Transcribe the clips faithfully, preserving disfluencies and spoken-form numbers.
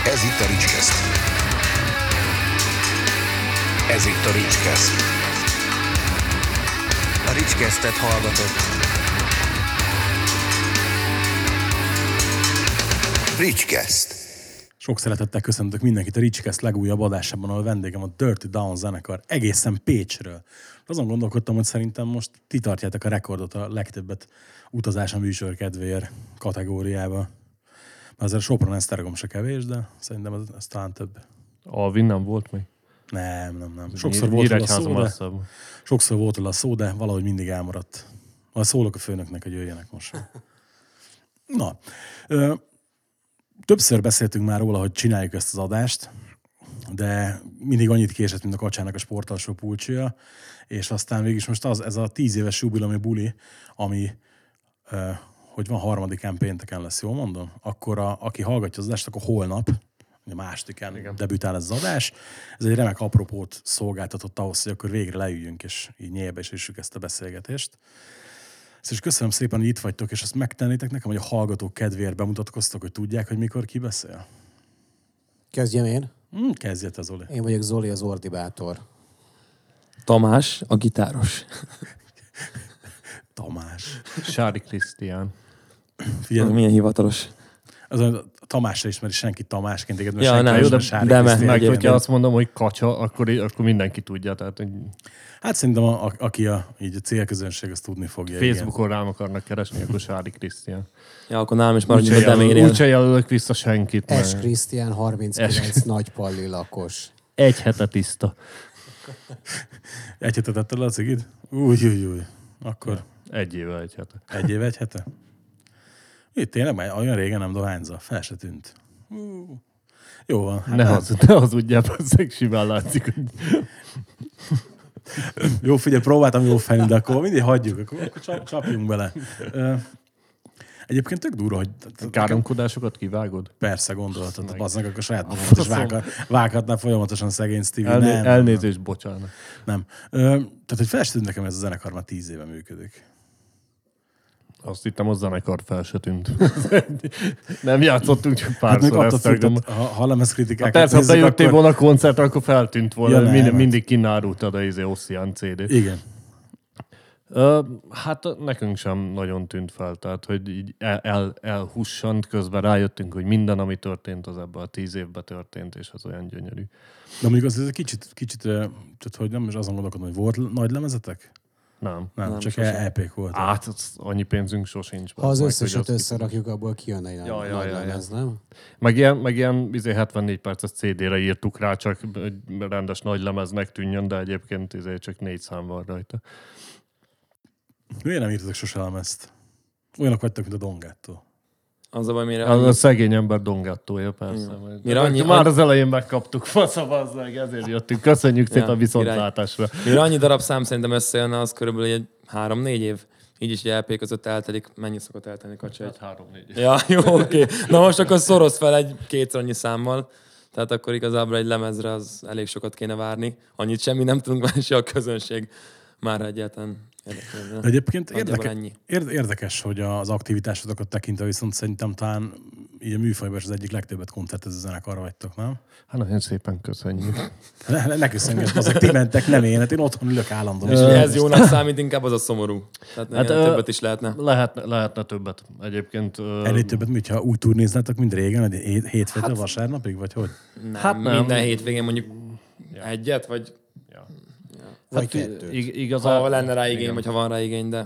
Ez itt a Ricskeszt. Ez itt a Ricskeszt. A Ricskesztet hallgatott. Ricskeszt. Sok szeretettel köszöntök mindenkit a Ricskeszt legújabb adásában, ahol vendégem a Dirty Down zenekar egészen Pécsről. Azon gondolkodtam, hogy szerintem most ti tartjátok a rekordot a legtöbbet utazás a műsor kedvéért kategóriába. Mert azért Sopron Esztergom se kevés, de szerintem ez, ez talán több. Alvin nem volt még? Nem, nem, nem. Sokszor volt róla szó, de, sokszor volt róla szó, de valahogy mindig elmaradt. Majd szólok a főnöknek, hogy jöjjenek most. Na, ö, többször beszéltünk már róla, hogy csináljuk ezt az adást, de mindig annyit késett, mint a kacsának a sportalsó pulcsia, és aztán végig most az, ez a tíz éves jubileumi buli, ami, ö, hogy van harmadikán pénteken lesz, jól mondom? Akkor a, aki hallgatja az adást, akkor holnap, a másodikán igen, debütál ez az adás. Ez egy remek apropót szolgáltatott ahhoz, hogy akkor végre leüljünk, és így nyélbe is üssük ezt a beszélgetést. Ezt is köszönöm szépen, hogy itt vagytok, és azt megtennétek nekem, hogy a hallgatók kedvéért bemutatkoztok, hogy tudják, hogy mikor ki beszél? Kezdjem én? Hmm, kezdje te, Zoli. Én vagyok Zoli, az ordibátor. Tamás, a gitáros. Tamás. Sári Krisztián. Figyelj, milyen hivatalos. Az Tamásra ismeri senki Tamásként, téged, mert Ja, senki nem, nem jó, de- Sári de Krisztián. Meg, Egyébként. hogyha azt mondom, hogy kacsa, akkor, akkor mindenki tudja. Tehát, hogy Hát szerintem, a, a, aki a, így a célközönség, azt tudni fogja. Facebookon rám akarnak keresni, akkor Sári Krisztián. Ja, akkor nálam is már Úgyse annyira jelöl, demérjen. úgyse jelölök vissza senkit. S. mert Krisztián, harminckilenc, Es- Nagypalli lakos. Egy hete tiszta. Egy hete tetted le a cigid? Új, új, új. Akkor Egy éve, egy hete. egy éve, egy hete? Itt tényleg már olyan régen nem dohányza. Fel se tűnt. Uh. Jó van. Hát Ne, nem. haz, ne hazudjál, bazzeg, simán látszik, hogy Jó, figyelj, próbáltam jó felni, de akkor mindig hagyjuk, akkor, akkor csap, csapjunk bele. Ö, Egyébként tök durva, hogy... káromkodásokat kivágod. Persze, gondolhatod, Meg. bazdnak, akkor saját magamat is vághat, vághatná folyamatosan szegény Stevie. Elné- nem, elnézést, bocsánat. Nem. nem. Ö, tehát, hogy fel se tűnt nekem, ez a zenekar már tíz éve működik. Azt hittem, a zenekar fel se tűnt. Nem játszottunk csak Hát még párszor attól ezt. függ, Tudom. tehát, ha, ha lemezkritikák... Hát persze, ha te jöttél volna a koncertre, akkor feltűnt volna. Ja, Ja, nem, mind, hát. mindig kinárultad a izé Ossian cé dét. Igen. Ö, hát nekünk sem nagyon tűnt fel, tehát hogy így el, el, elhussant, közben rájöttünk, hogy minden, ami történt, az ebben a tíz évben történt, és az olyan gyönyörű. De mondjuk az, ez egy kicsit, kicsit, ö, tehát hogy nem is azon gondolkodom, hogy volt nagy lemezetek? Nem. Nem, Nem, nem csak sosem. é pék voltak. Hát, az annyi pénzünk sosincs. Ha az meg, összeset hogy azt- összerakjuk, abból kijön egy Ja, ja, nagy ja, ja. lemez, nem? Meg ilyen, meg ilyen izé hetvennégy perces cé dére írtuk rá, csak egy rendes nagy lemeznek tűnjön, de egyébként izé csak négy szám van rajta. Miért nem írtatok sose lemezt? Olyanok vagytok, mint a Dongától. Az a baj, mire A, a annyi, szegény ember dongattója, persze. Igen. Majd- Mire annyi- Már annyi- az elején megkaptuk, faszavazzák, ezért jöttünk. Köszönjük szépen Ja, a viszontlátásra. mire annyi darab szám szerintem összejönne, az körülbelül egy három-négy év. Így is egy é pé között eltelik. Mennyi szokott eltenni, Kacsa? Hát három-négy. Ja, jó, oké. Okay. Na most akkor szoroz fel egy kétszer annyi számmal. Tehát akkor igazából egy lemezre az elég sokat kéne várni. Annyit semmi nem tudunk várni, se a közönség már egyáltalán érdekel. De egyébként Nagyjából érdeke, ennyi. érde, érdekes, hogy az aktivitásokat tekintve viszont szerintem talán így a műfajban is az egyik legtöbbet koncertező zenekarra vagytok, nem? Hát nagyon szépen köszönjük. Ne, ne, ne köszönjük, azok ti mentek, nem én, hát én otthon ülök állandóan. És és ez jónak számít, inkább az a szomorú. Tehát Hát, hát, ö, többet is lehetne. Lehetne, lehetne többet egyébként. ö, Ennél többet, mint ha úgy turnéznátok, mint régen, hogy hét, hétfőtől hát, vasárnapig, vagy hogy? Nem, hát hát nem. minden hétvégén mondjuk Ja. egyet, vagy Ja. Vagy Hát, kettőt. ig- igazán, ha lenne rá igény, igen. vagy ha van rá igény, de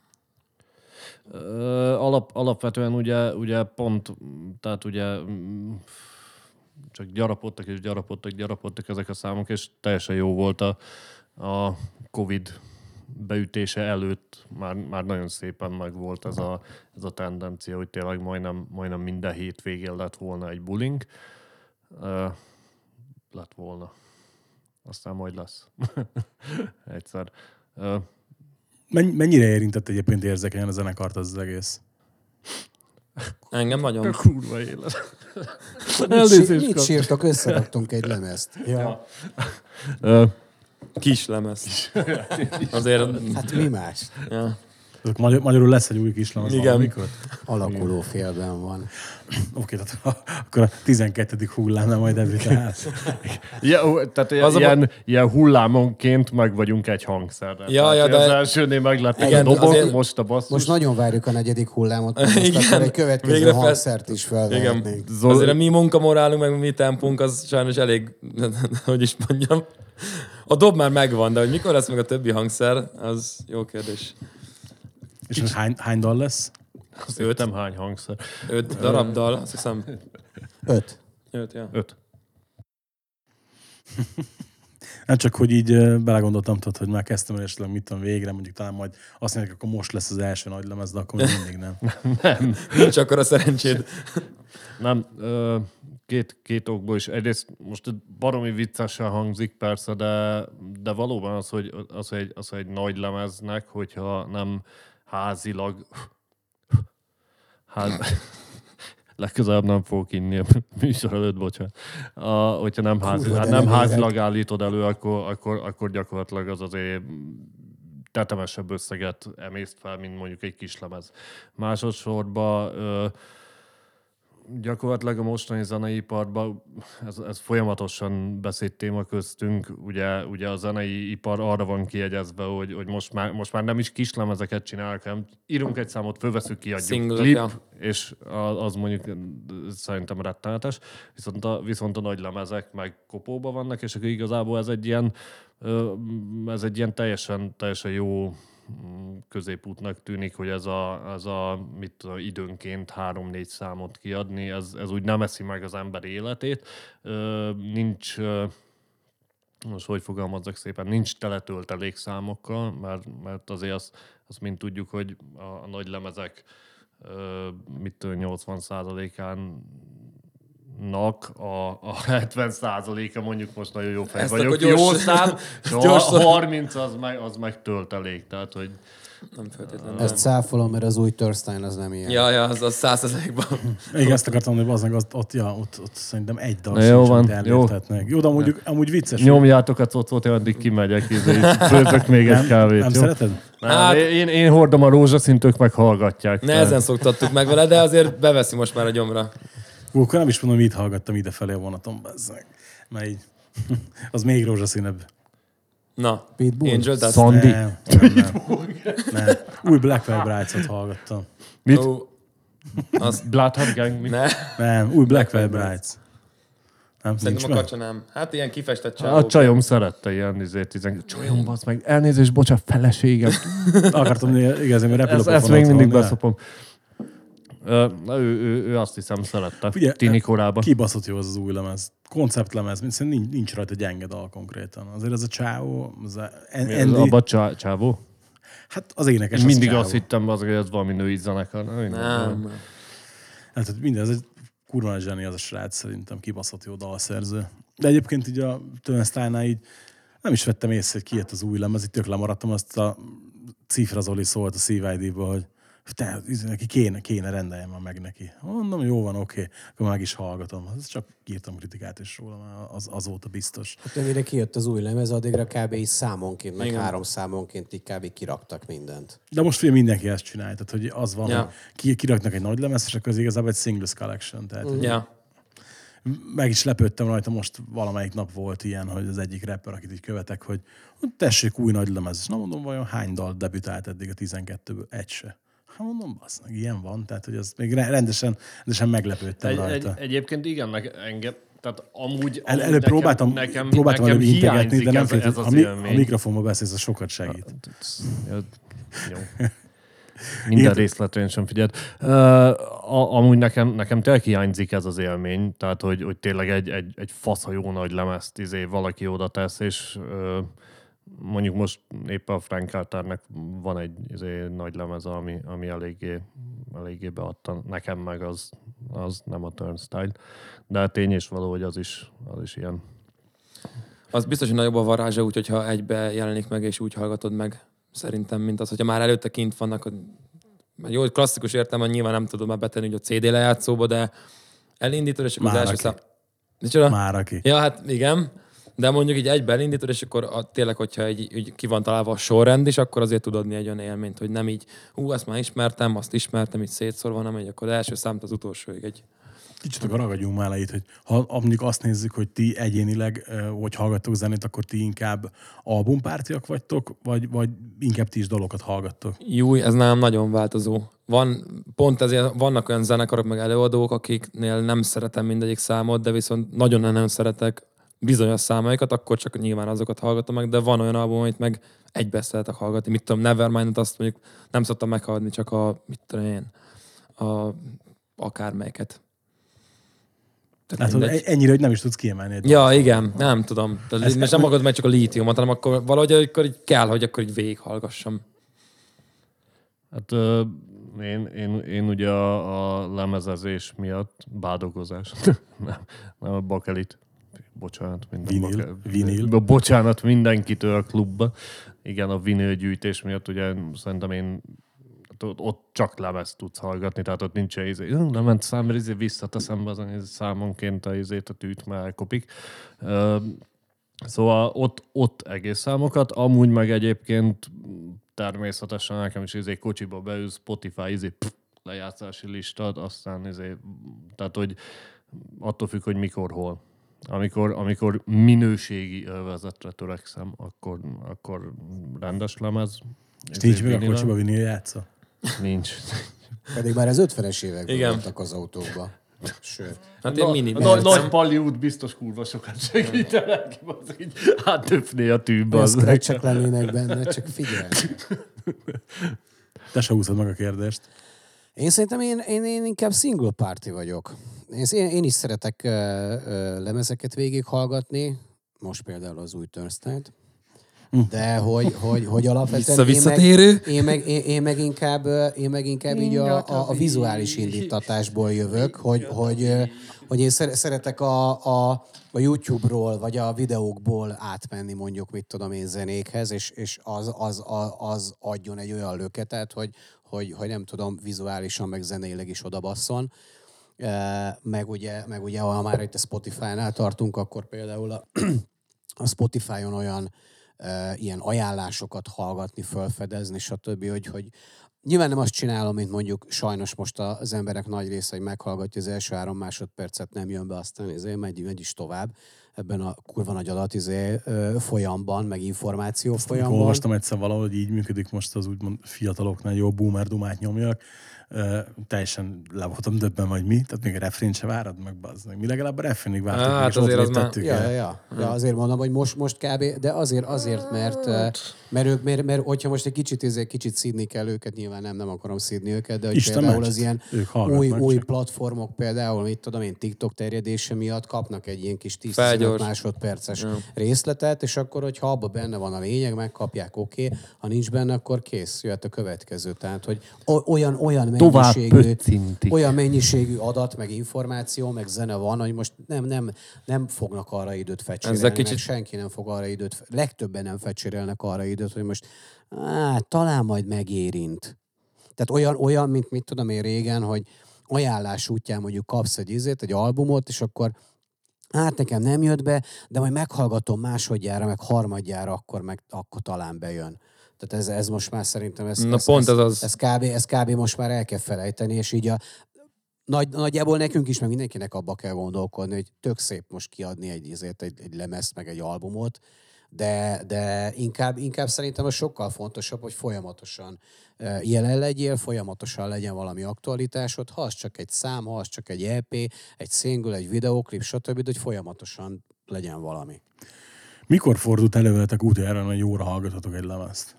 Ö, Alap, alapvetően ugye, ugye pont, tehát ugye mm, csak gyarapodtak és gyarapodtak, gyarapodtak ezek a számok, és teljesen jó volt a, a Covid beütése előtt, már, már nagyon szépen meg volt ez a, ez a tendencia, hogy tényleg majdnem, majdnem minden hétvégén lett volna egy buling. Ö, lett volna. Aztán majd lesz. Egyszer. Ö, Men- mennyire érintett egyébként érzékenyen a zenekart az, az egész? engem nagyon. kurva élet. Mit, Elnézést mit kap- sírtak? Összeraktunk egy lemezt. Ja. Ö, Kis lemez. Azért, Hát mi más? ja. Magyar, magyarul lesz egy új kislemez Igen. valamikor? Alakuló félben van. Oké, tehát akkor a tizenkettedik hullámnál majd debütál. Ja, tehát Az a ilyen, ilyen hullámonként meg vagyunk egy hangszerrel. Ja, Tehát ja, de- az elsőnél meglettek Igen, a dobok, azért- most a basszus. Most nagyon várjuk a negyedik hullámot, most Igen. akkor egy következő Végre fel- hangszert is felvehetnénk. Igen. Zol- Azért a mi munkamorálunk, meg a mi tempunk, az sajnos elég, hogy is mondjam. A dob már megvan, de hogy mikor lesz meg a többi hangszer, az jó kérdés. És most hány, hány dal lesz? Öt. Nem hány hangszer. Öt darab dal, azt hiszem. Öt. Öt, ja. Öt. Nem csak, hogy így ö, belegondoltam, tudod, hogy már kezdtem el esetleg mit tudom végre, mondjuk talán majd azt mondják, akkor most lesz az első nagy lemez, de akkor még mindig nem. Nincs akkor a szerencséd. Nem, ö, két, két okból is. Egyrészt most baromi viccesen hangzik persze, de, de valóban az, hogy, az, hogy egy, az, hogy egy nagy lemeznek, hogyha nem házilag ház... legközelebb nem fogok inni a műsor előtt, bocsánat. A, hogyha nem, házi, Kurva, hát de nem nem házilag állítod elő, akkor, akkor, akkor gyakorlatilag az azért tetemesebb összeget emészt fel, mint mondjuk egy kislemez. Másodszorban ö, gyakorlatilag a mostani zeneiparban ez, ez folyamatosan beszédtéma köztünk. Ugye, ugye a zenei ipar arra van kiegyezve, hogy, hogy most, már, most már nem is kislemezeket csinálunk, hanem írunk egy számot, fölveszünk, kiadjuk Single-ök, klip, ja. és az, az mondjuk szerintem rettenetes. Viszont a, viszont a nagy lemezek meg kopóba vannak, és akkor igazából ez egy ilyen, ö, ez egy ilyen teljesen, teljesen jó középútnak tűnik, hogy ez a, ez a mit tudom, időnként három-négy számot kiadni, ez, ez úgy nem eszi meg az ember életét. Ö, nincs, ö, most hogy fogalmazzak szépen, nincs teletöltelék számokkal, mert, mert azért azt, azt mind tudjuk, hogy a, a nagy lemezek ö, mit tudom, nyolcvan százalékán a, a hetven százaléka mondjuk most nagyon jó fej Ezt vagyok, akkor gyors- jó szám, és a gyorsan- harminc az meg, az meg töltelék, tehát hogy Nem feltétlenül. Ezt cáfolom, mert az új Törstein az nem ilyen. Ja, ja, az a száz százalékban. Még ezt akartam mondani, hogy az, ott, ja, ott, ott szerintem egy dal Na jó sincs, van, amit jó. elértetnek. Jó, de amúgy, amúgy vicces. nyomjátok a cocot, én addig kimegyek, és főzök még egy Nem, kávét. nem jó? szereted? Nem, Hát- én, én hordom a rózsaszínt, ők meg hallgatják. Nehezen szoktattuk meg vele, de azért beveszi most már a gyomra. Hú, akkor nem is mondom, mit hallgattam idefelé a vonaton, bezzeg. Mert így, az még rózsaszínebb. Na, Pitbull? Angel Dust. Szandi. Nem, nem, nem. nem. Új Black Veil Brides-ot hallgattam. Mit? Ó, az, Bloodhound Gang? Mit? ne, Nem, új Black Veil Brides. Nem, nincs szerintem a meg? kacsa nem. Hát ilyen kifestett A csávó. csajom szerette ilyen izét, tizen... Csajom, basz meg, elnézést, bocsánat, feleségem. Akartam igazi, mert repülőpofon Ezt, ezt még mindig van, de- beszopom. Ö, ő, ő, ő azt hiszem szerette. Figyelj, Tini korában. Kibaszott jó az az új lemez. Konceptlemez, mint szerintem nincs, nincs rajta gyenge dal konkrétan. Azért ez a csávó, az a Mi az Andy, abba csá, csávó? hát az énekes Én az mindig csávó. azt hittem, az, hogy ez valami női zenekar. Na, minden. Nem. Hát hogy minden, ez egy kurva nagy zseni az a srác, szerintem kibaszott jó dalszerző. De egyébként így a Turnstile-nál így nem is vettem észre, hogy kijött az új lemez, itt tök lemaradtam, azt a Cifra Zoli szólt a Szív I D-ba, hogy te, neki kéne, kéne rendeljem már meg neki. Mondom, jó van, oké, akkor meg is hallgatom. Ez csak írtam kritikát is róla, már az, azóta biztos. Hát amire kijött az új lemez, addigra kb. Így számonként, meg Igen. három számonként így kb. Kiraktak mindent. De most ugye mindenki ezt csinálja, tehát hogy az van, Ja. hogy ki, kiraknak egy nagy lemez, és akkor az igazából egy singles collection. Tehát hogy Ja. meg is lepődtem rajta, most valamelyik nap volt ilyen, hogy az egyik rapper, akit így követek, hogy tessék új nagy lemez. És nem mondom, vajon hány dal debütált eddig a tizenkettőből? Egy se. Hát mondom, basz, meg ilyen van, tehát hogy az még rendesen, rendesen meglepődtem Egy, egy, rajta. egyébként igen, ne- engem, tehát amúgy, El, amúgy előbb próbáltam, nekem, próbáltam nekem előbb integetni, hiányzik de nem ez, félt, ez a, az mi, élmény. a mikrofonba beszélsz, az sokat segít. Ja, jó. Minden Igen. részletén sem figyelt. Uh, a, amúgy nekem, nekem tényleg hiányzik ez az élmény, tehát hogy, hogy tényleg egy, egy, egy fasza jó nagy lemezt izé, valaki oda tesz, és uh, mondjuk most éppen a Frank Carternek van egy izé, nagy lemeze, ami, ami eléggé, eléggé beadta. Nekem meg az, az nem a Turnstile. De tény és való, hogy az is, az is ilyen. Az biztos, hogy nagyobb a varázsa, úgyhogy ha egybe jelenik meg, és úgy hallgatod meg, szerintem, mint az, hogyha már előtte kint vannak, hogy jó, klasszikus értelemben nyilván nem tudod már betenni hogy a cé dé lejátszóba, de elindítod, és akkor az Már első aki. szám... Micsoda? Már aki. Ja, hát igen. De mondjuk így egyben elindítod, és akkor a, tényleg, hogyha egy, így ki van találva a sorrend is, akkor azért tud adni egy olyan élményt, hogy nem így, hú, ezt már ismertem, azt ismertem, így szétszorva, hanem egy, akkor az első számt az utolsóig egy. Kicsit akkor ragadjunk már le itt, hogy ha mondjuk azt nézzük, hogy ti egyénileg, hogy hallgattok zenét, akkor ti inkább albumpártiak vagytok, vagy, vagy inkább ti is dalokat hallgattok? Jó, ez nálam nagyon változó. Van, pont ezért vannak olyan zenekarok, meg előadók, akiknél nem szeretem mindegyik számot, de viszont nagyon-nagyon szeretek bizonyos számaikat, akkor csak nyilván azokat hallgatom meg, de van olyan album, amit meg egybe szeretek hallgatni. Mit tudom, Nevermind-ot azt mondjuk nem szoktam meghallgatni, csak a, mit tudom én, a akármelyiket. Látod, ennyire, hogy nem is tudsz kiemelni. Egy ja, igen, nem tudom. Tehát most nem hallgatom meg csak a lítiumot, hanem akkor valahogy akkor így kell, hogy akkor így végighallgassam. Hát uh, én, én, én ugye a, a lemezezés miatt bádogozás. nem, nem a bakelit. Bocsánat, minden vinil, bakel, vinil. Bocsánat mindenkitől a klubba. Igen, a vinil gyűjtés miatt ugye szerintem én ott csak lemez tudsz hallgatni, tehát ott nincs izé, lement számra, izé visszateszem be azon számonként a izét, a tűt már elkopik. Uh, szóval ott, ott egész számokat, amúgy meg egyébként természetesen nekem is izé kocsiba beül Spotify izé pff, lejátszási listad, aztán izé, tehát hogy attól függ, hogy mikor, hol. Amikor, amikor minőségi övezetre törekszem, akkor, akkor rendes lemez. És nincs még a kocsiba vinil játsza? Nincs. Pedig már az ötvenes években igen. voltak az autókban. Sőt. Hát én mini. A nagy, nagy paliút biztos kurva sokat segítenek, az így áttöpné a tűbbe. Az scratch-ek lennének benne, csak figyelj. Te se húzod meg a kérdést. Én szerintem én, én, én inkább single party vagyok. Én, én is szeretek uh, uh, lemezeket végighallgatni, most például az új Turnstile-t, de hogy, hogy, hogy alapvetően én meg, én, meg, én, én meg inkább, én meg inkább így a, a, a vizuális indítatásból jövök, hogy, hogy, hogy én szeretek a, a, a YouTube-ról, vagy a videókból átmenni mondjuk, mit tudom én, zenékhez, és, és az, az, az, az adjon egy olyan löketet, hogy, hogy, hogy nem tudom, vizuálisan, meg zeneileg is odabasszon. Meg ugye, meg ugye, ha már itt a Spotify-nál tartunk, akkor például a, a Spotify-on olyan uh, ilyen ajánlásokat hallgatni, felfedezni, stb., hogy, hogy nyilván nem azt csinálom, mint mondjuk sajnos most az emberek nagy része, hogy meghallgatja az első három másodpercet, nem jön be, aztán izé, megy, megy is tovább ebben a kurva nagy adat izé, folyamban, meg információ folyamban. Olvastam egyszer valahogy így működik most az úgymond fiataloknál, jó boomer dumát nyomjak. Uh, teljesen le voltam döbben, vagy mi, tehát még a refrént se várad meg, bazd meg. Mi legalább a refrénig vártuk, hát és ott léptettük már... ja, ja, ja. ja, azért mondom, hogy most, most kb. De azért, azért mert, mert, ők, mert, mert hogyha most egy kicsit, egy kicsit szídni kell őket, nyilván nem, nem akarom szídni őket, de hogy Isten például mert, az ilyen új, új platformok, például, mit tudom én, TikTok terjedése miatt kapnak egy ilyen kis tíz-tizenöt másodperces ja. részletet, és akkor, hogyha abban benne van a lényeg, megkapják, oké, okay. Ha nincs benne, akkor kész, jöhet a következő. Tehát, hogy olyan, olyan mennyiségű, olyan mennyiségű adat, meg információ, meg zene van, hogy most nem, nem, nem fognak arra időt fecsérelni, kicsit... meg senki nem fog arra időt, legtöbben nem fecsérelnek arra időt, hogy most á, talán majd megérint. Tehát olyan, olyan, mint mit tudom én régen, hogy ajánlás útján mondjuk kapsz egy izét, egy albumot, és akkor hát nekem nem jött be, de majd meghallgatom másodjára, meg harmadjára, akkor, meg, akkor talán bejön. Tehát ez, ez most már szerintem, ez, Na ez, pont ez, ez, az... ez, kb, ez kb. Most már el kell felejteni, és így a nagy, nagyjából nekünk is, meg mindenkinek abba kell gondolkodni, hogy tök szép most kiadni egy, ezért egy, egy lemezt, meg egy albumot, de, de inkább, inkább szerintem az sokkal fontosabb, hogy folyamatosan jelen legyél, folyamatosan legyen valami aktualitásod, ha az csak egy szám, ha az csak egy é pé, egy single, egy videóklip, stb., hogy folyamatosan legyen valami. Mikor fordult elő veletek utoljára, hogy jóra hallgathatok egy lemezt?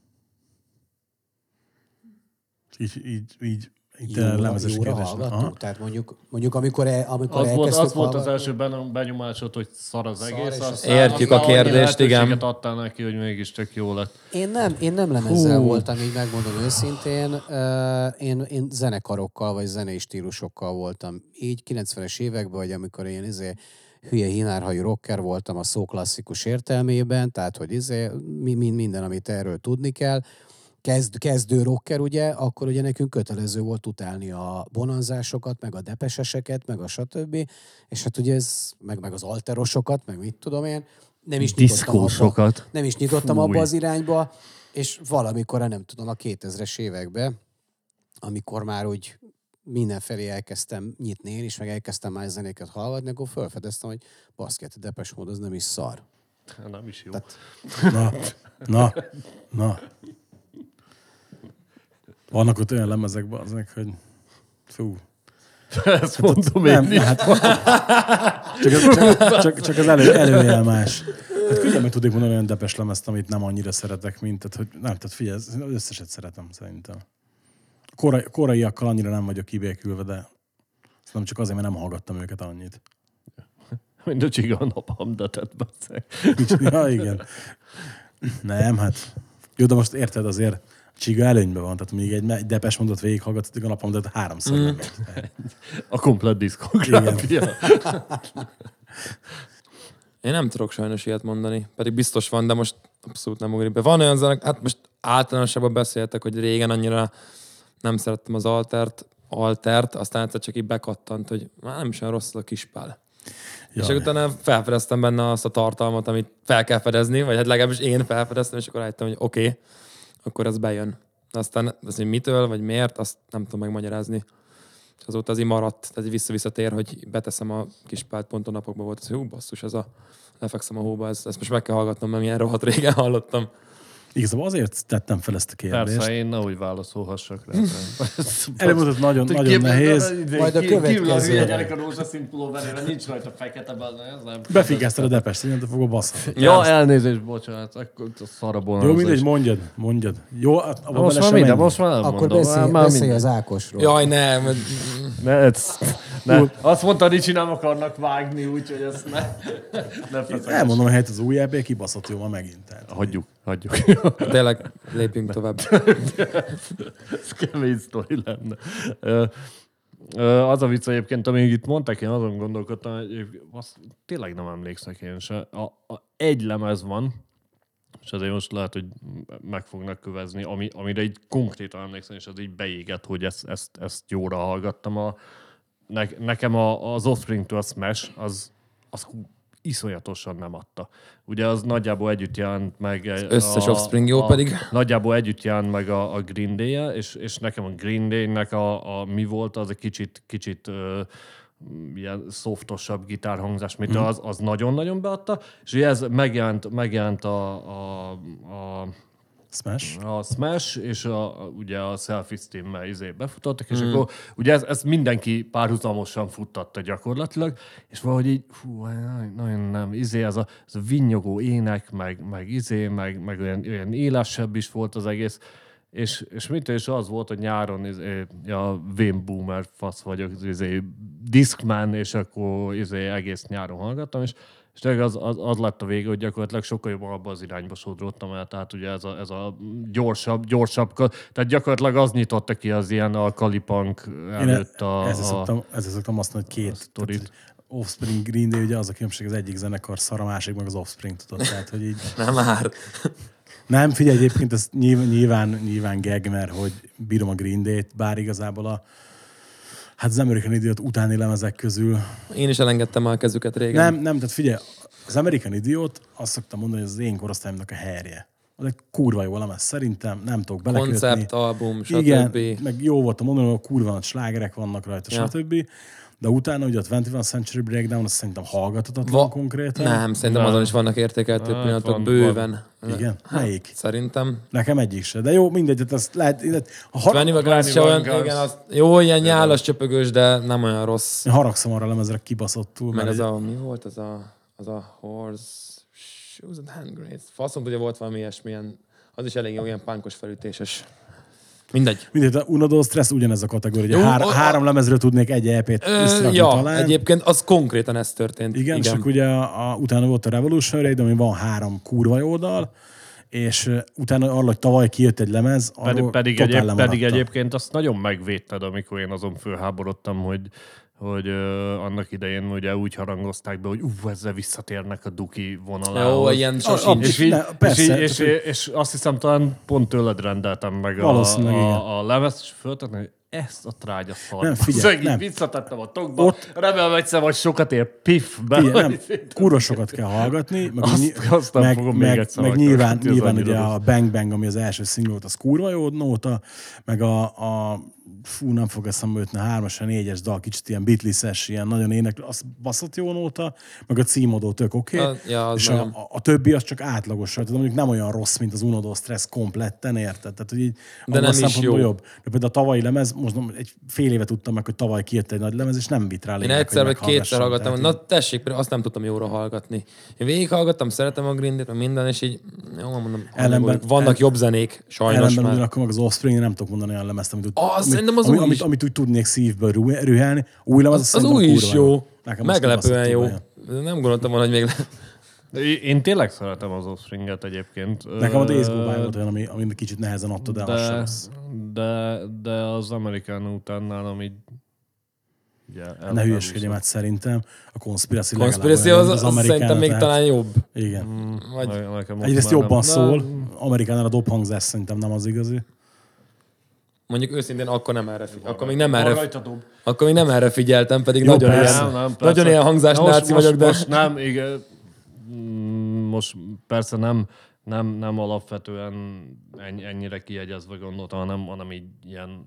Így, így, így, így jóra, lemezes jóra hallgattuk? Tehát mondjuk, mondjuk amikor, el, amikor az volt, az volt az hallgatni. első benyomásod, hogy szar az szar egész. Aztán, értjük a kérdést, igen. Adtál neki, hogy mégis tök jó lett. Én nem, én nem lemezzel Hú. voltam, így megmondom őszintén. Uh, én, én zenekarokkal, vagy zenei stílusokkal voltam. Így kilencvenes években, vagy amikor én izé, hülye hinárhajú rocker voltam a szó klasszikus értelmében, tehát hogy izé, minden, amit erről tudni kell. Kezd, kezdő rocker, ugye, akkor ugye nekünk kötelező volt utálni a bonanzásokat, meg a depeseseket, meg a stb. És hát ugye ez, meg, meg az alterosokat, meg mit tudom én, nem is nyitottam abba, nem is nyitottam Fúj. abba az irányba, és valamikor, nem tudom, a kétezres években, amikor már úgy mindenfelé elkezdtem nyitni én is, meg elkezdtem más zenéket hallgatni, akkor felfedeztem, hogy baszket, Depeche Mode az nem is szar. Nem is jó. Tehát... Na, na, na. Vannak ott olyan lemezek, bazdmeg, hogy fú. Ezt mondom nem, én is. Hát, csak, csak, csak, csak az elő, előjel más. Hát könnyen meg tudnék mondani olyan Depeche lemezt, amit nem annyira szeretek, mint, tehát, hogy nem, tehát figyelj, az összeset szeretem szerintem. Korai, koraiakkal annyira nem vagyok kibékülve, de nem csak azért, mert nem hallgattam őket annyit. Mind a csiga a naphamdatet, basszeg. Ja, igen. Nem, hát. Jó, de most érted azért, Csiga előnyben van, tehát még egy Depeche Mode-ot végighallgatod a napom, de háromszor mm. nem ért. A komplet diszkográfia. Én nem tudok sajnos ilyet mondani, pedig biztos van, de most abszolút nem ugrik be. Van olyan zenek, hát most általánosabban beszéltek, hogy régen annyira nem szerettem az altert, altert, aztán egyszer csak így bekattant, hogy már nem is olyan rossz a Kispál. Jaj. És utána felfedeztem benne azt a tartalmat, amit fel kell fedezni, vagy hát legalábbis én felfedeztem, és akkor rájöttem, hogy oké, okay, akkor ez bejön. Aztán az, hogy mitől, vagy miért, azt nem tudom megmagyarázni. És azóta az így maradt, tehát vissza-visszatér, hogy beteszem a Kispált, pont a napokban volt, hogy hú, basszus, ez a lefekszem a hóba, ezt, ezt most meg kell hallgatnom, mert milyen rohadt régen hallottam. Igazából azért tettem fel ezt a kérdést. Persze, én nehogy válaszolhassak rá. Előbb nagyon, nagyon nehéz. Majd a következő. Kívül az ilyen gyerek a rózsaszín pulóverére, nincs rajta fekete benne, ez nem. Befigyezted a Depeche, színűleg fogok basszani. Ja, elnézést, bocsánat, akkor szarabolna. Jó, mindegy, mondjad, mondjad. Jó, abban most már minden, most már nem akkor mondom. beszélj, már beszélj az Ákosról. Jaj, nem. Ne, ez, ne. Azt mondta, Ricsi, nem akarnak vágni, úgyhogy ezt ne. ne elmondom, hogy helyett az új é bé kibaszott jó ma megint. Tehát. Hagyjuk, hagyjuk. Tényleg, lépjünk tovább. Ez kemény sztori lenne. Az a vicc egyébként, amíg itt mondták, én azon gondolkodtam, hogy azt tényleg nem emlékszek én se. A, a, egy lemez van, és azért most lehet, hogy meg fognak kövezni, ami, amire így konkrétan emlékszem, és az így beégett, hogy ezt, ezt, ezt jóra hallgattam. A, ne, nekem a, az Offspring-től a Smash, az, az iszonyatosan nem adta. Ugye az nagyjából együtt jelent meg... Az összes a, Offspring jó a, pedig. Nagyjából együtt jelent meg a, a Green Day-je, és, és nekem a Green Day-nek a, a mi volt, az egy kicsit, kicsit ö, ilyen szoftosabb gitárhangzás, mint mm. az, az nagyon-nagyon beadta. És ugye ez megjelent, megjelent a, a, a Smash. A Smash, és a, a, ugye a Self-Esteem-mel izé befutottak, és mm. akkor ugye ez, ez mindenki párhuzamosan futtatta gyakorlatilag, és valahogy így, fú, nagyon nem, izé, ez a, ez a vinnyogó ének, meg, meg izé, meg, meg olyan, olyan élesebb is volt az egész, és, és mint is az volt, hogy nyáron izé, ja, Wayne Boomer fasz vagyok, izé, Discman, és akkor izé, egész nyáron hallgattam, és És az, az, az lett a vége, hogy gyakorlatilag sokkal jobban abban az irányba sodródtam el, tehát ugye ez a, ez a gyorsabb, gyorsabb, tehát gyakorlatilag az nyitotta ki az ilyen alkalipunk előtt a... Ezzel szoktam, ezzel szoktam azt mondani, hogy két tehát, Offspring, Green Day, ugye az a különbség, az egyik zenekar szar, a másik meg az Offspring, tudod, tehát, hogy így... Nem már. Nem, figyelj, egyébként ez nyilván, nyilván gag, mert hogy bírom a Green Day-t, bár igazából a hát az American Idiot utáni lemezek közül... Én is elengedtem a kezüket régen. Nem, nem, tehát figyelj, az American Idiot, azt szoktam mondani, hogy az én korosztályomnak a herje. Az egy kurva jó lemez, szerintem, nem tudok belekötni. Konceptalbum, stb. Igen, meg jó volt a mondani, hogy kurva nagy slágerek vannak rajta, ja. stb. De utána ugye a huszonegyes Century Breakdown, azt szerintem hallgathatatlan Va- konkrétan. Nem, szerintem nem. Azon is vannak értékeltő hát, pillanatok van, bőven. Van. Igen? Melyik? Hát, szerintem. Nekem egyik se. De jó, mindegy, ezt lehet... lehet a har- huszonegyes se olyan, igen, az, jó, ilyen nyálas csöpögős, de nem olyan rossz. Én haragszom arra lemezre kibaszottul. Meg az a, mi volt az a, az a Horse Shoes and Hand Grenades. Faszom, ugye volt valami ilyesmilyen, az is elég jó, ilyen pánkos felütéses. Mindegy. Mindegy, a Unadol Stress ugyanez a kategória. Hár, a, három lemezről tudnék egy é pét összerakni ja, talán. Egyébként az konkrétan ez történt. Igen, igen. Csak ugye a, a, utána volt a Revolution Raid, ami van három kurva jó dal, és uh, utána arra, hogy tavaly kijött egy lemez, pedig, pedig, egyéb, pedig egyébként azt nagyon megvédted, amikor én azon fölháborodtam, hogy hogy uh, annak idején ugye úgy harangozták be, hogy ú, ezzel visszatérnek a Duki vonalához. Jó, ilyen sosincs. És, és, és, és, és, és azt hiszem, talán pont tőled rendeltem meg a, a, a lemezt, és föltettem, hogy ezt a trágya szart. Nem, figyelj, nem. Visszatettem a tokba, Ott- remélem egyszer, vagy sokat ér, piff, be. Figyelj, nem, kurva sokat kell hallgatni, meg, Azt- ny- azt nem meg, fogom még meg, egyszer meg hallgatni, nyilván, ez nyilván annyira ugye rossz. a Bang Bang, ami az első single volt, az kurva jó nóta, meg a, a fú, nem fog eszembe jutni, a hármas, a négyes dal, kicsit ilyen Beatles-es, ilyen nagyon éneklő, az baszott jó nóta, meg a címodó tök oké, okay, A- ja, az és a, nagyon. a, a, többi az csak átlagos, tehát mondjuk nem olyan rossz, mint az Unodó Stressz kompletten, érted? Tehát, hogy így, De abban nem a is szempontból jó. jobb. De például a tavalyi lemez, most nem- egy fél éve tudtam meg, hogy tavaly kijött egy nagy lemez, és nem vitt rá Én lényeg, egyszer hogy vagy kétszer meghallgassam. hallgattam, Tehát na tessék, például azt nem tudtam jóra hallgatni. Én végighallgattam, szeretem a Green Day-t, meg minden, és így, jó, mondom, Ellenben- vannak el- jobb zenék, sajnos Ellenben már. ugyanakkor meg az Offspring, nem tudok mondani olyan lemezt, amit, Az, amit, szerintem az amit, új amit, is. amit úgy tudnék szívből rü- rühelni. Új lemez, Az, az új is jó, Nekem azt meglepően kibaszott jó. bejön. Nem gondoltam volna, hogy még le... Én tényleg szeretem az Offspringet egyébként. Nekem a Ö, Days Go By volt olyan, ami, ami kicsit nehezen adta, de, de az sem de, rossz. de, de az Amerikán után nálam így... Ugye, el- Ne hülyeskedjem, hát szerintem a Conspiracy Conspiracy legalább az, olyan, az, mint az szerintem még tehát- talán jobb. Igen. Vagy... Ne- nekem ott Egyrészt már jobban nem- szól, De- Amerikánál a dobhangzás szerintem nem az igazi. Mondjuk őszintén akkor nem erre figyeltem. Akkor még nem erre, Rajta dob. akkor még nem erre figyeltem, pedig Jó, nagyon persze. ilyen, Nem, nem, persze. nagyon ilyen hangzás Na, most- náci most- vagyok, de... Most nem, igen. Mm, Most persze nem, nem, nem alapvetően ennyi, ennyire kiegyezve gondoltam, hanem, hanem így ilyen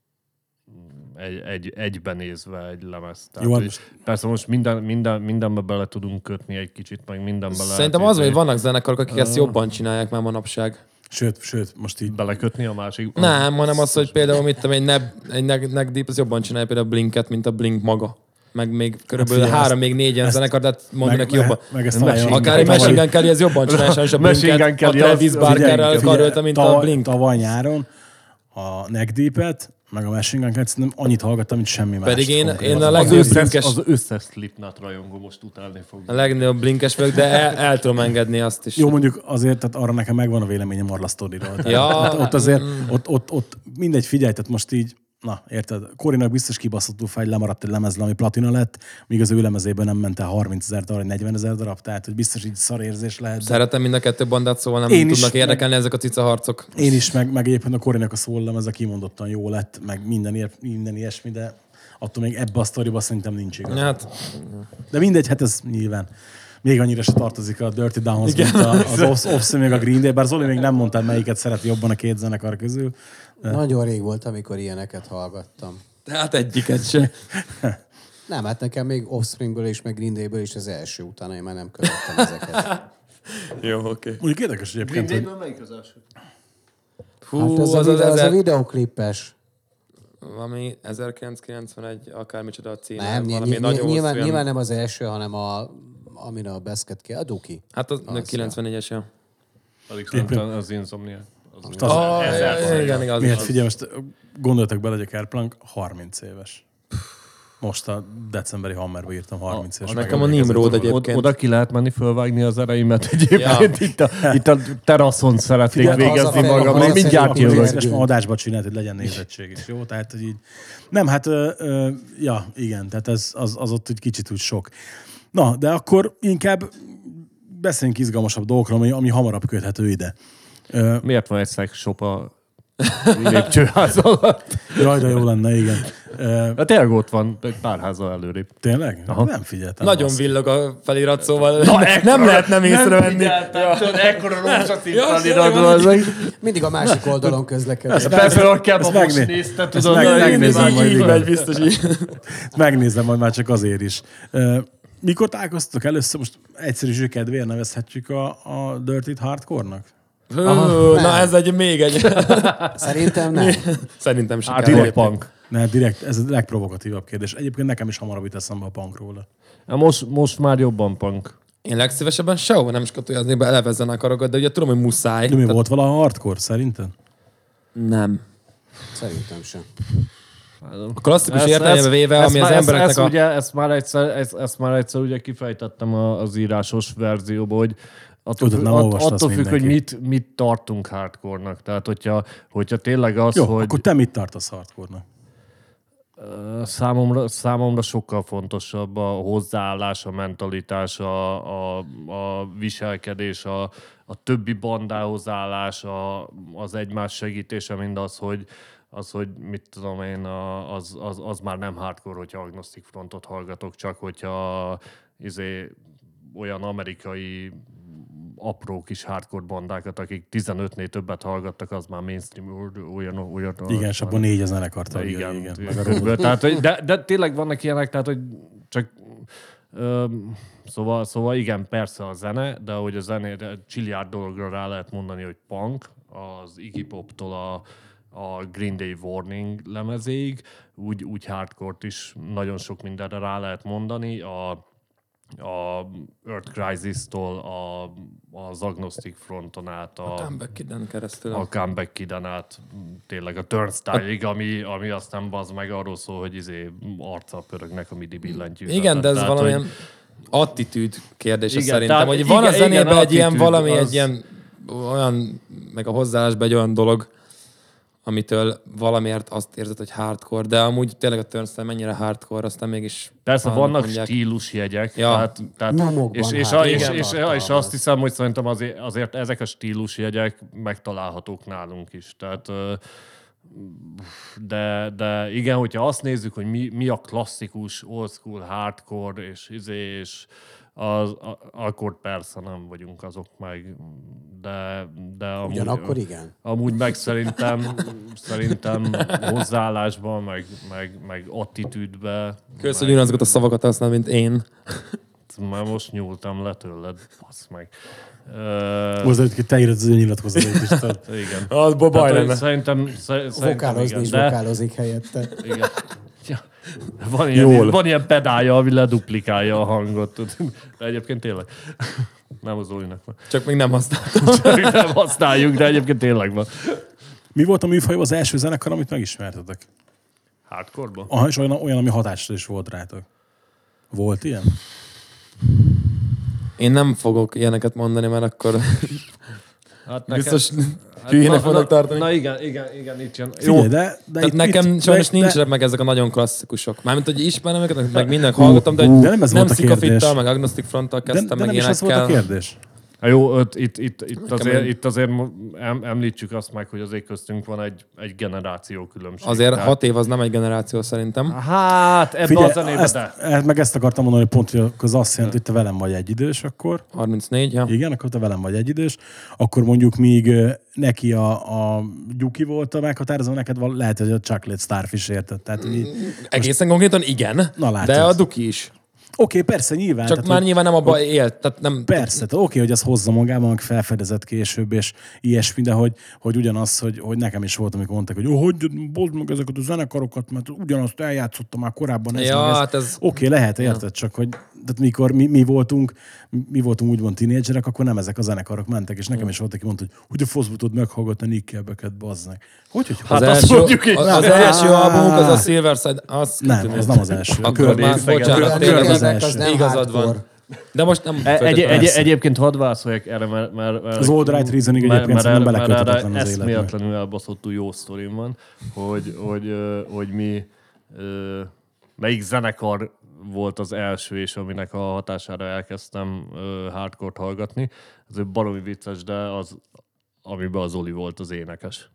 egy, egy, egyben nézve egy lemez. Tehát, Jó, hát hogy most- persze most minden, minden, mindenbe bele tudunk kötni egy kicsit, meg mindenbe lehet Szerintem az, izé- hogy vannak zenekarok, akik ezt jobban csinálják már manapság. Sőt, sőt, most így belekötni a másik. Nem, hanem az, hogy például mit tudom, egy Neb, egy Neck, Neck Deep, az jobban csinálja például a Blinket, mint a Blink maga. Meg még körülbelül figyelj, három, ezt- még négy ilyen ezt- zenekar, de hát mondom meg, neki jobban. meg, meg ezt Machine találja- Akár egy tavaly- Machine Gun Kelly, ez jobban csinálja, sajnos a Machine Gun Blinket, a Kelly, Travis az- Barkerrel Figyelj, karölte, mint a tavaly- Blink. Tavaly nyáron a Neck Deep-et, meg a Machine Gun Kelly-t szerintem annyit hallgattam, mint semmi más. Pedig én- konkrétan. én a Az legnagyobb összes, Blinkes- az összes Slipknot rajongó most utálni fog. A legnagyobb Blinkes vagyok, de el, el tudom engedni azt is. Jó, mondjuk azért, tehát arra nekem megvan a véleményem Marla Storyról. Tehát Ja. ott, ott azért, ott, ott, ott mindegy, figyelj, tehát most így, na, érted, Korinak biztos kibaszottul fáj, lemaradt egy lemez, ami platina lett, míg az ő lemezében nem ment el harmincezer darab, vagy negyvenezer darab, tehát hogy biztos így szarérzés lehet. De Szeretem mind a kettő bandát, szóval nem Én is, tudnak meg- érdekelni ezek a cica harcok. én is, meg, meg egyébként a Korinak a szól lemeze kimondottan jó lett, meg minden, ér, minden ilyesmi, de attól még ebbe a sztoriba szerintem nincs igaz. Hát, De mindegy, hát ez nyilván. Még annyira se tartozik a Dirty Downhoz, mint a, az Off- Offspring, meg a Green Day, bár Zoli még nem mondtad, melyiket szereti jobban a két zenekar közül. Nagyon rég volt, amikor ilyeneket hallgattam. tehát egyiket se. Nem, hát nekem még Offspringből és meg Green Dayből is az első, utána én már nem követtem ezeket. Jó, oké. Okay. Mondjuk érdekes egyébként, hogy melyik az első? Hú, Hát az, az, a, az, videó, az a ezer, videoklippes. valami ezerkilencszázkilencvenegy, akármicsoda a címe. Nem, valami ny- ny- nagyon nyilván, hosszú, nyilván nem az első, hanem a, amin a Basket ki, a Duki. Hát az, Az, kilencvennégyes, jó. Alig szerintem az Insomnia. Az az- Ah, ezer igen, igen, igen, az miért is. figyelj, most gondoltak bele, hogy a Kerplank harminc éves. Most a decemberi Hammerbe írtam harminc éves. nekem a megemlékezett Nimrod róla. egyébként. Oda, oda ki lehet menni fölvágni az ereimet egyébként. Ja. Itt, a, itt a teraszon szeretnék Figyelj, végezni haza- magam. haza- Még mindjárt haza- jövök. Szíves ma adásba csinált, hogy legyen nézettség is, jó? Tehát, hogy így... Nem, hát, ö, ö, ja, igen, tehát ez, az, az ott egy kicsit úgy sok. Na, de akkor inkább beszéljünk izgalmasabb dolgokról, ami, ami hamarabb köthető ide. Ö, Miért van egy szexshop a lépcsőház alatt? jaj, de jó lenne, igen. Ö, Hát tényleg ott van, egy pár házzal előrébb. tényleg? Aha. Nem figyeltem. Nagyon azt. villog a felirat, szóval nem lehet nem észrevenni. Ekkora rózsaszín Ja, feliratban az meg. Mindig a másik oldalon közlekedik. Persze, hogy kell, ezt most megné- nézte, ezt tudod. meg- hogy megnézem így- majd, Így igen. megy biztos így. Megnézem majd már csak azért is. Ö, Mikor találkoztatok először, most egyszerűség kedvéért nevezhetjük a, a Dirty Hardcore-nak? Hú, na ez egy még egy. Szerintem nem. Szerintem sem Hát kell direkt lépni. punk. Ne, direkt, ez a legprovokatívabb kérdés. Egyébként nekem is hamarabb jut eszembe a punkról. Hát Most, most már jobban punk. Én legszívesebben sehova nem skatujáznék be eleve zenekarokat, de ugye tudom, hogy muszáj. De mi volt valaha hardcore, szerinted? Nem. Szerintem sem. A klasszikus Ezt- értelembe ezt- véve, ezt ami már- az ezt- embereknek ezt, a... ugye, ezt, már egyszer, ezt, ezt már egyszer ugye kifejtettem a- az írásos verzióban, hogy attól, Tudod, nem att- olvasta azt attól függ, hogy mindenki. mit, mit tartunk hardcore-nak. Tehát, hogyha, hogyha tényleg az, Jó, hogy akkor te mit tartasz hardcore-nak? ö, számomra, számomra sokkal fontosabb a hozzáállás, a mentalitás, a, a, a viselkedés, a, a többi bandához állás, a, az egymás segítése, mind az, hogy az, hogy mit tudom én, az, az, az már nem hardcore, hogyha Agnostic Frontot hallgatok, csak hogyha izé, olyan amerikai apró kis hardcore bandákat, akik tizenötnél többet hallgattak, az már mainstream olyan... olyan igen, és abban négy a zenekar tagja. Igen, igen. igen. Tehát, hogy, de, de tényleg vannak ilyenek, tehát, hogy csak... Öm, szóval, szóval igen, persze a zene, de hogy a zenére csilliárd dologra rá lehet mondani, hogy punk, az Iggy Poptól a, a Green Day Warning lemezéig, úgy, úgy hardcore-t is nagyon sok mindenre rá lehet mondani, a, a Earth Crisis-tól a, az Agnostic Fronton át, a, A Comeback Kiden keresztül. a Comeback Kiden át, tényleg a Turnstile-ig, ami, ami aztán bazd meg arról szól, hogy izé arccal pörögnek a midi billentyűt. Igen, de ez tehát, valamilyen hogy... attitűd kérdése Igen, szerintem, tehát- hogy van igen, a zenében igen, egy ilyen attitűd, valami, az- egy ilyen olyan, meg a hozzáállásban egy olyan dolog, amitől valamiért azt érzed, hogy hardcore, de amúgy tényleg a Turnstile mennyire hardcore, aztán mégis... Persze annak vannak mondják. stílusjegyek, Ja. tehát, tehát Nyomokban és, és, hát, a, és, igen, és, és, és tartalmaz. azt hiszem, hogy szerintem azért, azért ezek a stílusjegyek megtalálhatók nálunk is. Tehát, ö, de, de igen, hogyha azt nézzük, hogy mi, mi a klasszikus, old school, hardcore, és, izé, és az, a, akkor persze nem vagyunk azok meg, de, de amúgy, Ugyanakkor igen. amúgy meg szerintem, szerintem hozzáállásban, meg, meg, meg attitűdbe. Kösz, hogy ugyanazokat a szavakat használ, mint én. Már most nyúltam le tőled, basz meg. Uh, Hozzá, hogy te írod az ő nyilatkozatot is. Tehát igen. Az baj Tehát, hogy lenne. Szerintem, sze- szerintem Vokálozni igen, is de, vokálozik helyette. igen. Ja. Van, ilyen, Jól. van ilyen pedálja, ami leduplikálja a hangot. De egyébként tényleg. Nem az Zolinak van. Csak még nem használtam. Csak nem használjuk, de egyébként tényleg van. mi volt a műfajban az első zenekar, amit megismertetek? Hardcore-ban? Aha, és olyan, olyan, ami hatással is volt rátok. Volt ilyen? Én nem fogok ilyeneket mondani, mert akkor Hát biztos hát hülyének na- fognak na- tartani. Na igen, igen, igen, itt jön. Figyelj, Jó, de, de Tehát itt, nekem itt, sajnos de, nincsenek de, meg ezek a nagyon klasszikusok. Mármint, hogy ismerem őket, meg mindenki hallottam, de, hú, hogy de nem ez nem volt a kérdés. Szikafittal, meg Agnostic Fronttal de, kezdtem, de meg nem is ez volt a ilyenekkel. kérdés. Jó, öt, itt, itt, itt, azért, egy- itt azért em, említsük azt meg, hogy azért köztünk van egy, egy generáció különbség. Azért Tehát- hat év az nem egy generáció szerintem. Hát, ebbe Figyelj, a zenébe, ezt, de. ezt, meg ezt akartam mondani, hogy pont, hogy az azt jelenti, hogy te velem vagy egyidős akkor. harmincnégy, ja. Igen, akkor te velem vagy egyidős. Akkor mondjuk míg ö, neki a, a Gyuki volt a meghatározó, neked val- lehet, hogy a Chocolate Starfish érted. Tehát, hogy- Egészen konkrétan igen, Na, látod. de a Duki is. Oké, persze, nyilván. Csak tehát, már hogy- nyilván nem abban élt. Tehát nem, Persze, tehát oké, hogy az hozza magában, meg felfedezett később, és ilyesmi, de hogy, hogy ugyanaz, hogy, hogy nekem is volt, amikor mondták, hogy oh, hogy bozd meg ezeket a zenekarokat, mert ugyanazt eljátszottam már korábban. Ez Ja, meg ez. hát ez- Oké, lehet, érted, csak hogy tehát mikor mi, mi, voltunk, mi voltunk úgymond tínédzserek, akkor nem ezek a zenekarok mentek, és nekem is volt, aki mondta, hogy hogy a foszba tudod meghallgatni Nickelbacket, bazznek. Hogy, hogy az, Hát azt első, mondjuk így. az, az első albumuk az a Silver Side. Az nem, az nem az első. Akkor már, Környék, bocsánat, igen. tényleg Az az, első. az nem igazad van. hardcore. De most nem E- egy, feltétlenül. egy, egyébként hadd válaszoljak erre, mert... mert, mert Az Old Right Reasoning egyébként szerintem beleköthetetlen az életbe. eszméletlenül elbaszottul jó sztorim van, hogy, hogy, ö, hogy mi... ö, Melyik zenekar volt az első, és aminek a hatására elkezdtem ö, hardcore-t hallgatni. Ez egy baromi vicces, de az, amiben az Oli volt az énekes.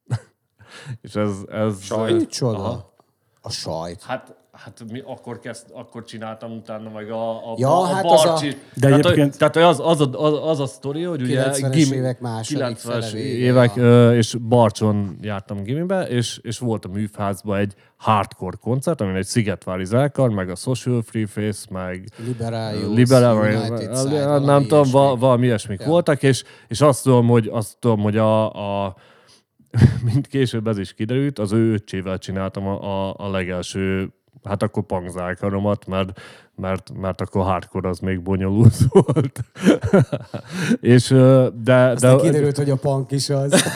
És ez... ez Sajt? Micsoda? Aha. A sajt. Hát, hát mi akkor, kezd, akkor csináltam utána meg a, a, Ja, a, hát a az a- Barcsi. De tehát, egyébként- hogy- tehát hogy az, az, a, az, az a sztori, hogy ugye kilencvenes évek második kilencvenes fele vége, évek, ja. ö, és Barcson jártam gimibe, és, és volt a műfázban egy hardcore koncert, amin egy szigetvári zenekar, meg a Social Free Face, meg Liberálius, Liberal, United Side, nem valami tudom, val- ilyesmi. valami ilyesmik Ja. voltak, és, és azt tudom, hogy, azt tudom, hogy a, a mint később ez is kiderült, az ő öccsével csináltam a, a, a legelső, hát akkor punkzákaromat, mert, mert, mert akkor hardcore az még bonyolult volt. és, ö, de, Aztán de, kiderült, hogy a punk is az.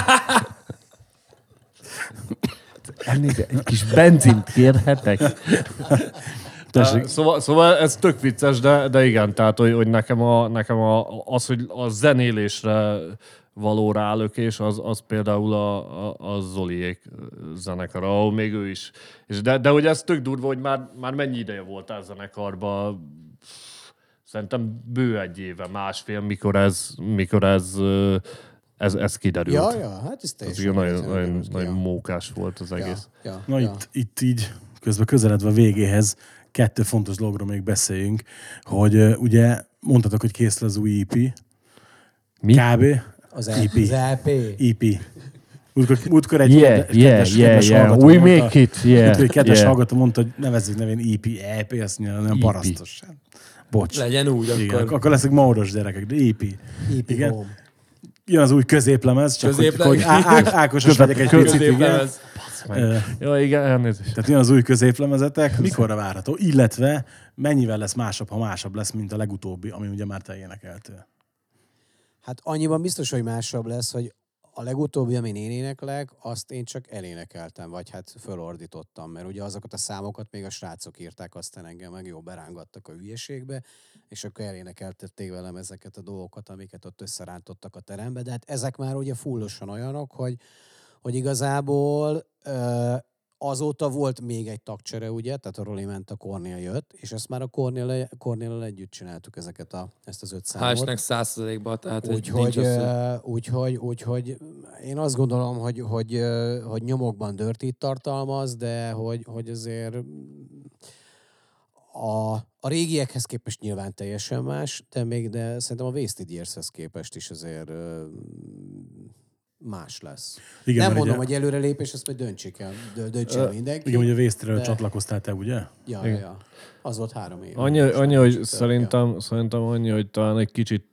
Elnézést, egy kis benzint kérhetek? Tessék. Szóval, szóval ez tök vicces, de, de igen, tehát hogy, hogy nekem, a, nekem a, az, hogy a zenélésre való rálökés, az, az például a, a, a Zoliék zenekar, ahol még ő is. És de, de hogy ez tök durva, hogy már, már mennyi ideje voltál zenekarban, szerintem bő egy éve, másfél, mikor ez, mikor ez ez, ez kiderült. Ja, ja, hát ez teljesen. Ez nagyon, nagyon, nagyon mókás volt az egész. Ja, ja, Na ja. Itt, itt így, közben közeledve a végéhez, kettő fontos dologról még beszéljünk, hogy uh, ugye mondtatok, hogy készül az új é pé. Mi? Kb. Az, é pé. az é pé. é pé. Múltkor, múltkor egy Yeah, kedves, yeah, kedves, yeah, kedves yeah. hallgató We mondta, make it, yeah, múltkor egy kedves yeah. hallgató mondta, hogy nevezzük nevén é pé, é pé, azt mondja, nem é pé. parasztos. Bocs. Legyen úgy, Igen, akkor. akkor leszek módos gyerekek, de é pé. é pé Igen. Home. Jön az új középlemez, csak Középlemez. hogy, hogy á, á, Ákosos legyek egy picit, igen. Középlemez. Ö, Ja, igen, elnézést. Tehát jön az új középlemezetek, mikorra várható? Illetve mennyivel lesz másabb, ha másabb lesz, mint a legutóbbi, ami ugye már te énekeltél. Hát annyiban biztos, hogy másabb lesz, hogy a legutóbbi, amin én éneklek, azt én csak elénekeltem, vagy hát fölordítottam, mert ugye azokat a számokat még a srácok írták, aztán engem meg jó berángattak a hülyeségbe, és akkor elénekeltették velem ezeket a dolgokat, amiket ott összerántottak a terembe, de hát ezek már ugye fullosan olyanok, hogy, hogy igazából ö, azóta volt még egy tagcsere, ugye, tehát a Roli ment, a Kornél jött, és ezt már a Kornél, Kornéllal együtt csináltuk ezeket a, ezt az öt számot. Hál' Istennek száz százalékban, tehát hogy nincs Úgyhogy, össze. úgyhogy, úgyhogy én azt gondolom, hogy, hogy, ö, hogy nyomokban Dirty-t tartalmaz, de hogy, hogy azért a, a régiekhez képest nyilván teljesen más, de még de szerintem a Wasted Years-hez képest is azért ö, más lesz. Igen, Nem mert mondom, ugye, hogy előrelépés, ezt majd döntsék el, dö- döntse el mindenki. igen, ugye a Waste-ről de- csatlakoztál te, ugye? Ja, ja, ja. Az volt három év. Annyi, annyi hogy szerintem, szerintem annyi, hogy talán egy kicsit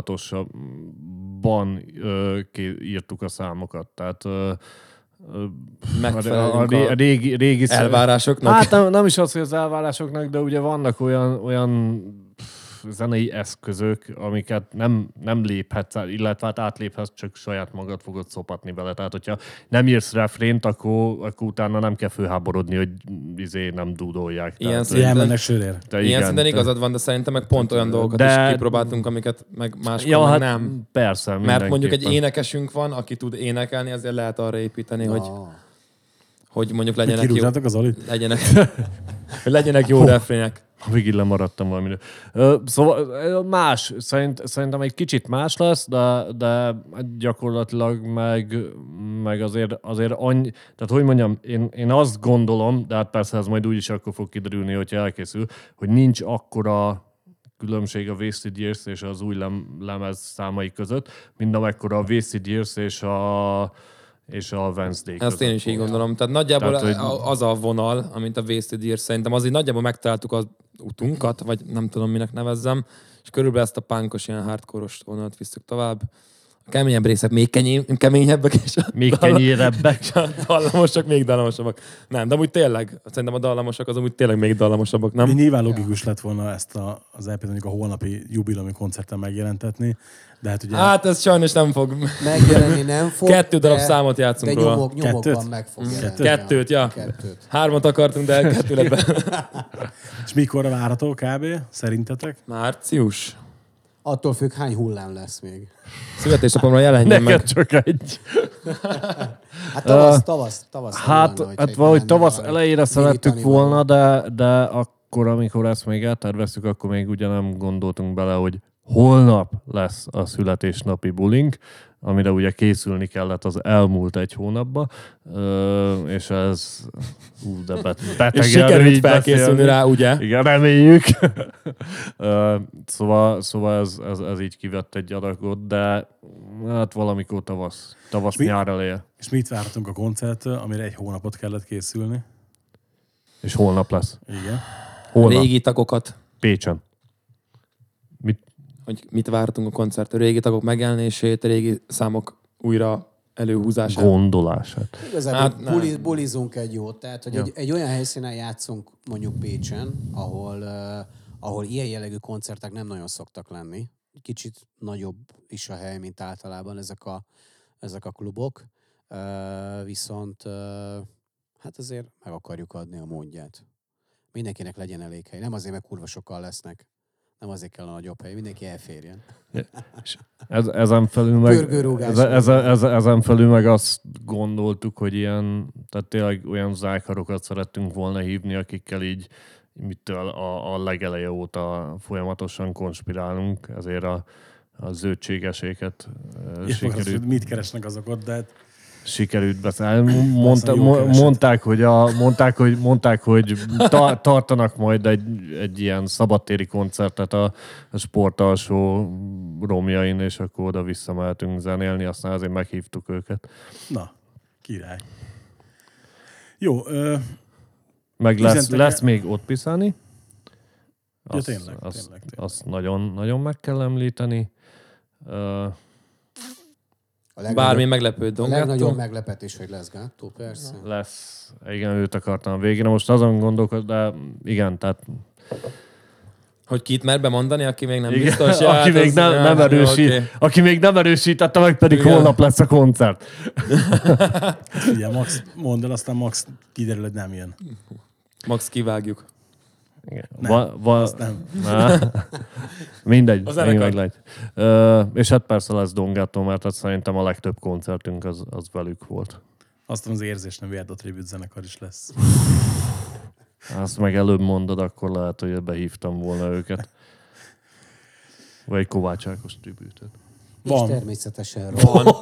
tudatosabban ö, ké- írtuk a számokat. Tehát ö, ö, Megfelelünk a, a, a a régi, régi szem- elvárásoknak. Hát nem, nem is az, hogy az elvárásoknak, de ugye vannak olyan, olyan pff, zenei eszközök, amiket nem, nem léphetsz, illetve hát átléphetsz, csak saját magad fogod szopatni vele. Tehát, hogyha nem írsz refrént, akkor, akkor utána nem kell főháborodni, hogy izé nem dúdolják. Ilyen Tehát, Szerintem- Elmennek sörért. te Ilyen igen, szinten te- igazad van, de szerintem meg pont olyan dolgokat De- is kipróbáltunk, amiket meg máskor Ja, meg hát nem. persze, Mert mondjuk egy mindenképpen. énekesünk van, aki tud énekelni, azért lehet arra építeni, hogy, Ah. hogy mondjuk legyenek jó, Kirúgtátok az Alit? legyenek, hogy legyenek jó refrének. Végig lemaradtam valamiről. Ö, Szóval ö, más, szerint, szerintem egy kicsit más lesz, de, de gyakorlatilag meg, meg azért, azért annyi, tehát hogy mondjam, én, én azt gondolom, de hát persze ez majd úgyis akkor fog kiderülni, hogyha elkészül, hogy nincs akkora különbség a Wasted Years és az új lem, lemez számai között, mint amekkora a Wasted Years és a és a Wednesday között. Ezt én is így gondolom. Tehát nagyjából Tehát, hogy- az a vonal, amint a Wasted Years, szerintem azért nagyjából megtaláltuk az utunkat, vagy nem tudom, minek nevezzem, és körülbelül ezt a punkos, ilyen hardcore-os vonalat visszük tovább. A keményebb részek még kenyé, keményebbek, és a, Még dalla- kenyérebbek. és a dallamosak még dallamosabbak. Nem, de amúgy tényleg, szerintem a dallamosak az amúgy tényleg még dallamosabbak, nem? Nyilván logikus lett volna ezt a, az é pét mondjuk a holnapi jubileumi koncerten megjelentetni, de hát ugye... Hát ez sajnos nem fog. Megjelenni nem fog. Kettő darab de- számot játszunk De róla. nyomok, nyomokban Kettőt? meg fog Mm. jelenni. Kettőt, ja. Kettőt. Hármat akartunk, de kettő lett be. És mikorra várható kb. Szerintetek? Március. Attól függ, hány hullám lesz még. Születésnapomra jelenjen meg. Neked csak egy. Hát tavasz, tavasz, tavasz. Hát, lenne, hát egy valahogy lenne tavasz valami elejére szerettük virítani volna, való. de, de akkor, amikor ezt még elterveztük, akkor még ugye nem gondoltunk bele, hogy holnap lesz a születésnapi bulink, amire ugye készülni kellett az elmúlt egy hónapban, Ö, és ez ú, de bet, beteg És sikerült erő így felkészülni beszélni. rá, ugye? Igen, reméljük. Ö, szóval szóval ez, ez, ez így kivett egy adagot, de hát valamikor tavasz, tavasz Mi- nyár eleje. És mit várhatunk a koncerttől, amire egy hónapot kellett készülni? És holnap lesz. Igen. Holnap. Régi tagokat. Pécsen. Mit? Hogy mit vártunk a koncerttől. Régi tagok megjelenését, régi számok újra előhúzását. Gondolását. Igazából Hát hát, nem. buli, bulizunk egy jót, tehát hogy Ja. egy, egy olyan helyszínen játszunk mondjuk Pécsen, ahol, uh, ahol ilyen jellegű koncertek nem nagyon szoktak lenni. Kicsit nagyobb is a hely, mint általában ezek a, ezek a klubok. Uh, viszont uh, hát azért meg akarjuk adni a módját. Mindenkinek legyen elég hely. Nem azért, mert kurva sokan lesznek. Nem azért kell a nagyobb hely. Mindenki elférjen. Ez, ezen felül meg, Pörgőrúgás. ez, ez, ez, ezen felül meg azt gondoltuk, hogy ilyen, tehát tényleg olyan zájkarokat szerettünk volna hívni, akikkel így mitől a, a legeleje óta folyamatosan konspirálunk, ezért a a zöldségeséket Ja, sikerült. mit keresnek azok ott, de hát Sikerült beszállni. Mondta, mondták, hogy, a, mondták, hogy, mondták, hogy ta, tartanak majd egy, egy ilyen szabadtéri koncertet a, a sportalsó romjain, és akkor oda visszamehetünk zenélni, aztán azért meghívtuk őket. Na, király. Jó. Ö, Meg lesz, lesz még ott piszálni. Azt, ja, tényleg, azt, tényleg, tényleg. azt nagyon, nagyon meg kell említeni. Uh, Bármi meglepő Don A legnagyobb meglepetés, hogy lesz Gatto, persze. Lesz. Igen, őt akartam a végén. Most azon gondolkodom, de igen, tehát... Hogy kit mer bemondani, aki még nem igen, biztos. Ja, aki, hát még nem, nem erősít, okay. aki még nem erősítette meg, pedig igen. Holnap lesz a koncert. Ugye, Max mondd el, aztán Max kiderül, hogy nem jön. Max kivágjuk. Igen. Nem, va, va, azt nem. Mindegy, még meglátjuk. Uh, és hát persze lesz Don Gatto, mert hát szerintem a legtöbb koncertünk az, az velük volt. Aztán az érzés nem a tribute zenekar is lesz. Azt meg előbb mondod, akkor lehet, hogy behívtam volna őket. Vagy egy Kovács Ákos tribütet. És természetesen van.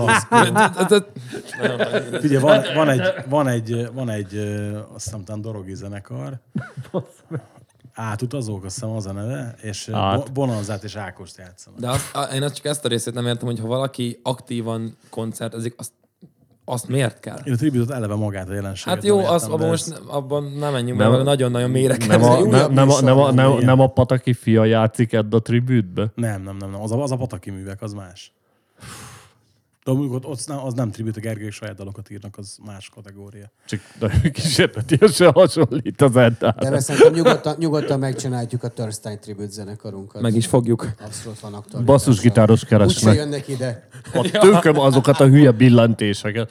Ugye van, van egy, van egy, van egy azt hiszem, talán dorogi zenekar. Átutazók, azt hiszem az a neve, és Át. Bonanzát és Ákost játszanak. De azt, én azt csak ezt a részét nem értem, hogy ha valaki aktívan koncertezik, azt, azt miért kell? Én a tributot eleve magát a jelenséget. Hát jó, értem, az, abban most ez... nem menjünk, nem, mert nagyon-nagyon mélyre nem, a, nem, nem, a, nem, a, nem, nem a Pataki fia játszik ebbe a tribütbe? Nem, nem, nem, nem. Az a, az a Pataki művek, az más. De ott, ott nem, az nem tribut, a Gergelyek saját dalokat írnak, az más kategória. Csak kísérletesen hasonlít az Eddára. De szerintem nyugodtan, nyugodtan megcsináljuk a Turnstile tribute zenekarunkat. Meg is fogjuk. Abszolút van aktualitás. Basszusgitáros keresnek. Úgyse jönnek ide. A tőköm azokat a hülye billantéseket.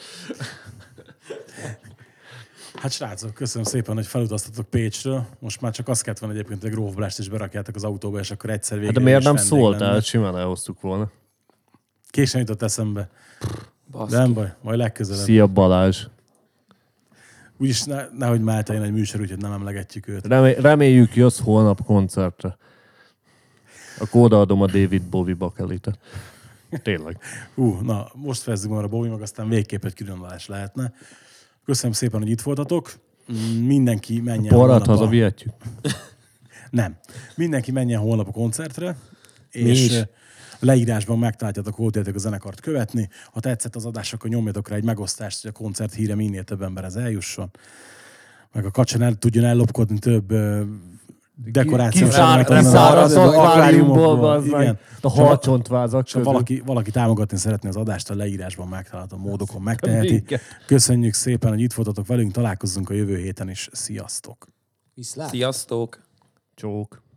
Hát srácok, köszönöm szépen, hogy felutaztatok Pécsről. Most már csak azt kellett volna egyébként, hogy Gróf Blást is berakjátok az autóba, és akkor egyszer végül. Hát de miért nem szóltál? Simán elhoztuk volna. Későn jutott eszembe. De nem baj, majd legközelebb. Szia Balázs. Úgyis ne, nehogy Málta jön egy műsor, úgyhogy nem emlegetjük őt. Remé- reméljük jössz holnap koncertre. Akkor odaadom a David Bowie bakelitet. Tényleg. Hú, na, most fejezzük már a Bowie, meg aztán végképp egy különválás lehetne. Köszönöm szépen, hogy itt voltatok. Mindenki menjen Borát hazavihetjük? Nem. Mindenki menjen holnap a koncertre. Mi és is? A leírásban megtaláljátok, hol tudjátok a zenekart követni. Ha tetszett az adás, akkor nyomjatok rá egy megosztást, hogy a koncert híre minél több emberhez eljusson. Meg a kacson el tudjon ellopkodni több uh, dekorációs elemet. akváriumból, igen. A halcsontvázak között. Valaki, valaki támogatni szeretné az adást, a leírásban megtalálható módokon megteheti. Köszönjük szépen, hogy itt voltatok velünk, találkozzunk a jövő héten is. Sziasztok! Viszlát! Sziasztok! Csók!